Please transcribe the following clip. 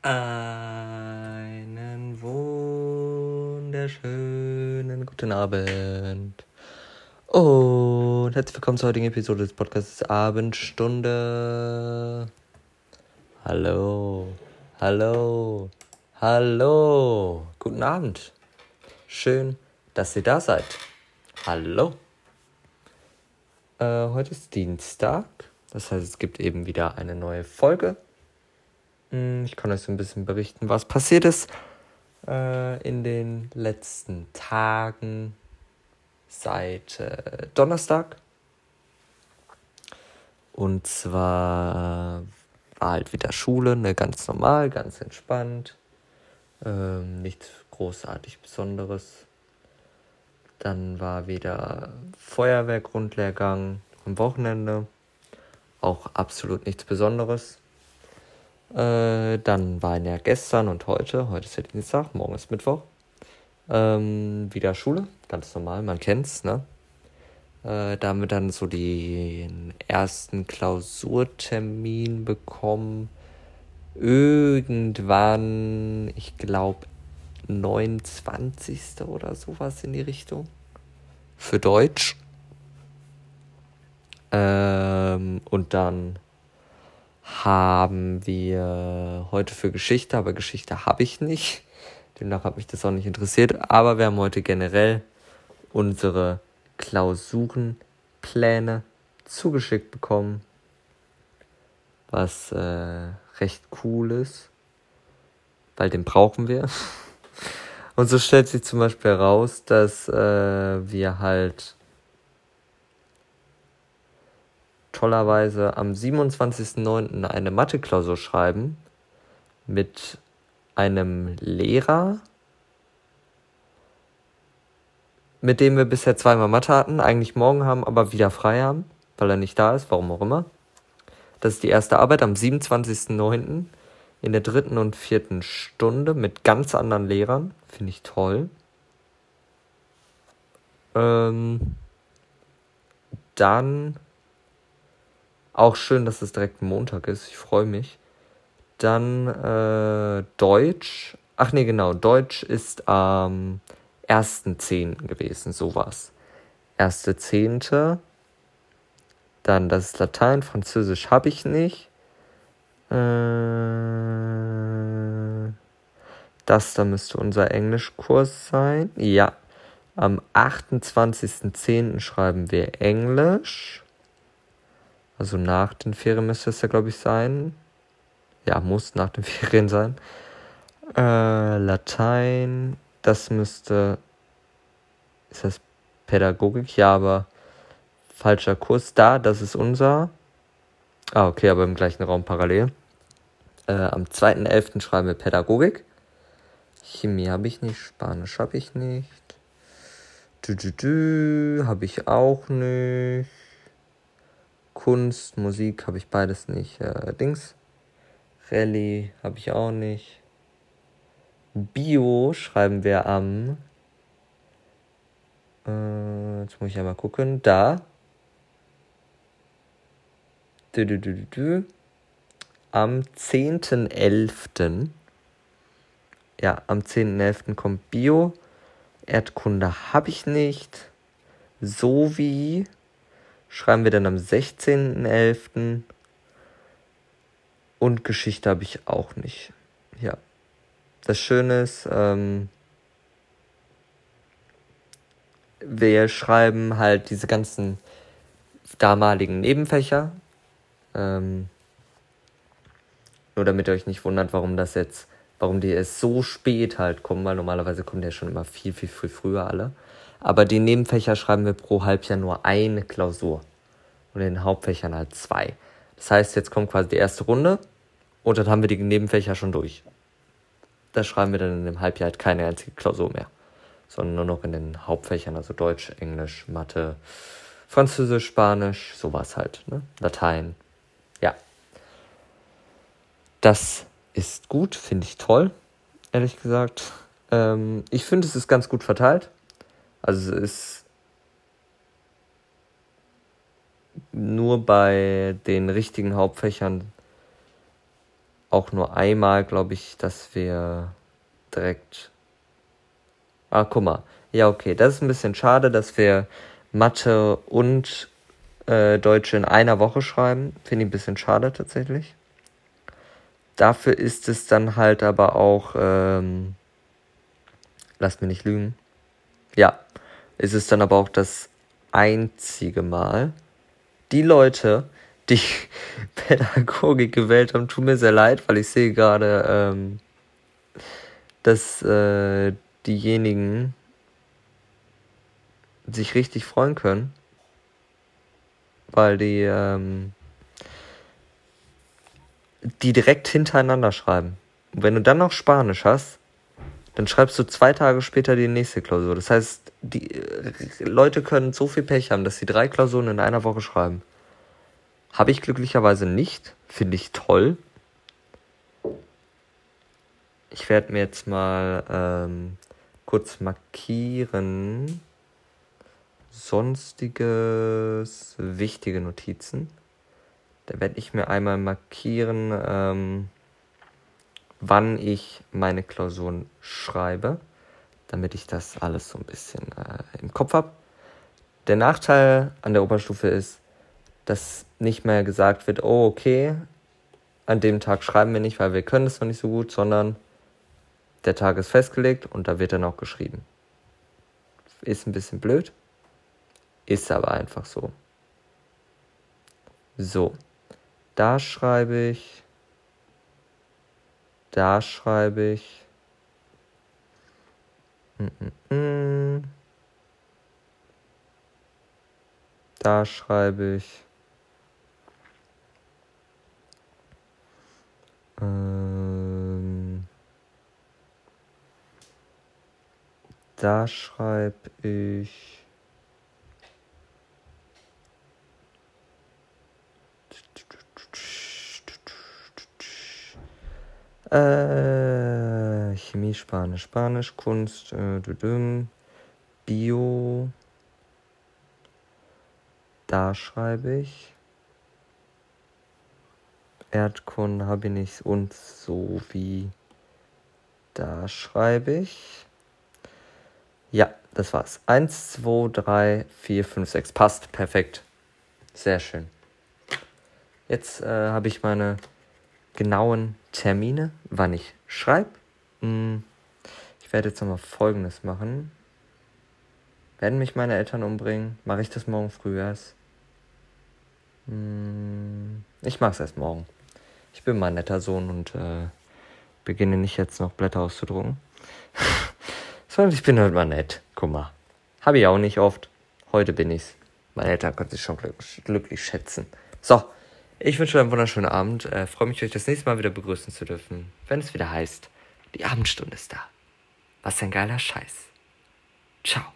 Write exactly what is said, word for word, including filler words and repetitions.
Einen wunderschönen guten Abend und herzlich willkommen zur heutigen Episode des Podcasts Abendstunde. Hallo, hallo, hallo, guten Abend. Schön, dass ihr da seid. Hallo. Äh, heute ist Dienstag, das heißt, es gibt eben wieder eine neue Folge. Ich kann euch so ein bisschen berichten, was passiert ist äh, in den letzten Tagen seit äh, Donnerstag. Und zwar äh, war halt wieder Schule, ne, ganz normal, ganz entspannt. Ähm, nichts großartig Besonderes. Dann war wieder Feuerwehrgrundlehrgang am Wochenende. Auch absolut nichts Besonderes. Äh, dann waren ja gestern und heute, heute ist ja Dienstag, morgen ist Mittwoch, ähm, wieder Schule, ganz normal, man kennt's, ne? Äh, da haben wir dann so den ersten Klausurtermin bekommen, irgendwann, ich glaube, neunundzwanzigsten oder sowas in die Richtung, für Deutsch. Ähm, und dann haben wir heute für Geschichte, aber Geschichte habe ich nicht. Demnach hat mich das auch nicht interessiert. Aber wir haben heute generell unsere Klausurenpläne zugeschickt bekommen, was äh, recht cool ist, weil den brauchen wir. Und so stellt sich zum Beispiel heraus, dass äh, wir halt tollerweise am siebenundzwanzigsten neunten eine Mathe-Klausur schreiben mit einem Lehrer, mit dem wir bisher zweimal Mathe hatten, eigentlich morgen haben, aber wieder frei haben, weil er nicht da ist, warum auch immer. Das ist die erste Arbeit am siebenundzwanzigsten neunten in der dritten und vierten Stunde mit ganz anderen Lehrern. Finde ich toll. Ähm, dann auch schön, dass es direkt Montag ist. Ich freue mich. Dann äh, Deutsch. Ach nee, genau. Deutsch ist am ersten zehnten gewesen. So war's. erster zehnte Dann das ist Latein. Französisch habe ich nicht. Äh, das da müsste unser Englischkurs sein. Ja. Am achtundzwanzigsten zehnten schreiben wir Englisch. Also nach den Ferien müsste es ja, glaube ich, sein. Ja, muss nach den Ferien sein. Äh, Latein, das müsste, ist das Pädagogik? Ja, aber falscher Kurs da, das ist unser. Ah, okay, aber im gleichen Raum parallel. Äh, am zweiten elften schreiben wir Pädagogik. Chemie habe ich nicht, Spanisch habe ich nicht. Du, du, du, habe ich auch nicht. Kunst, Musik habe ich beides nicht. Äh, Dings. Rallye habe ich auch nicht. Bio schreiben wir am, äh, jetzt muss ich einmal gucken, da. Du, du, du, du, du. Am zehnten elften Ja, am zehnten elften kommt Bio. Erdkunde habe ich nicht. Sowie schreiben wir dann am sechzehnten elften Und Geschichte habe ich auch nicht. Ja. Das Schöne ist, ähm, wir schreiben halt diese ganzen damaligen Nebenfächer. Ähm, nur damit ihr euch nicht wundert, warum das jetzt, warum die erst so spät halt kommen, weil normalerweise kommen die ja schon immer viel, viel, viel früher alle. Aber die Nebenfächer schreiben wir pro Halbjahr nur eine Klausur. Und in den Hauptfächern halt zwei. Das heißt, jetzt kommt quasi die erste Runde und dann haben wir die Nebenfächer schon durch. Da schreiben wir dann in dem Halbjahr halt keine einzige Klausur mehr. Sondern nur noch in den Hauptfächern, also Deutsch, Englisch, Mathe, Französisch, Spanisch, sowas halt, ne? Latein. Ja. Das ist gut, finde ich toll, ehrlich gesagt. Ähm, ich finde, es ist ganz gut verteilt. Also es ist nur bei den richtigen Hauptfächern auch nur einmal, glaube ich, dass wir direkt... Ah, guck mal. Ja, okay, das ist ein bisschen schade, dass wir Mathe und äh, Deutsch in einer Woche schreiben. Finde ich ein bisschen schade tatsächlich. Dafür ist es dann halt aber auch... Ähm, lasst mich nicht lügen. Ja, ist es dann aber auch das einzige Mal. Die Leute, die Pädagogik gewählt haben, tut mir sehr leid, weil ich sehe gerade, ähm, dass äh, diejenigen sich richtig freuen können, weil die ähm, die direkt hintereinander schreiben. Und wenn du dann noch Spanisch hast, dann schreibst du zwei Tage später die nächste Klausur. Das heißt, die äh, Leute können so viel Pech haben, dass sie drei Klausuren in einer Woche schreiben. Habe ich glücklicherweise nicht. Finde ich toll. Ich werde mir jetzt mal ähm, kurz markieren. Sonstiges, wichtige Notizen. Da werde ich mir einmal markieren, ähm, wann ich meine Klausuren schreibe, damit ich das alles so ein bisschen äh, im Kopf habe. Der Nachteil an der Oberstufe ist, dass nicht mehr gesagt wird, oh okay, an dem Tag schreiben wir nicht, weil wir können es noch nicht so gut, sondern der Tag ist festgelegt und da wird dann auch geschrieben. Ist ein bisschen blöd, ist aber einfach so. So, da schreibe ich, da schreibe ich, mm, mm, mm. da schreibe ich, ähm, da schreibe ich, äh, Chemie, Spanisch, Spanisch, Kunst, äh, Bio, da schreibe ich, Erdkunde habe ich nicht und so wie, da schreibe ich, ja, das war's. Eins, zwei, drei, vier, fünf, sechs, passt, perfekt, sehr schön. Jetzt äh, habe ich meine genauen Termine, wann ich schreibe. Ich werde jetzt nochmal Folgendes machen. Werden mich meine Eltern umbringen? Mache ich das morgen früh erst? Ich mache es erst morgen. Ich bin mal ein netter Sohn und äh, beginne nicht jetzt noch Blätter auszudrucken. Sondern ich bin halt mal nett. Guck mal. Habe ich auch nicht oft. Heute bin ich's. Meine Eltern können sich schon glücklich, glücklich schätzen. So. Ich wünsche euch einen wunderschönen Abend. Äh, freue mich, euch das nächste Mal wieder begrüßen zu dürfen, wenn es wieder heißt, die Abendstunde ist da. Was ein geiler Scheiß. Ciao.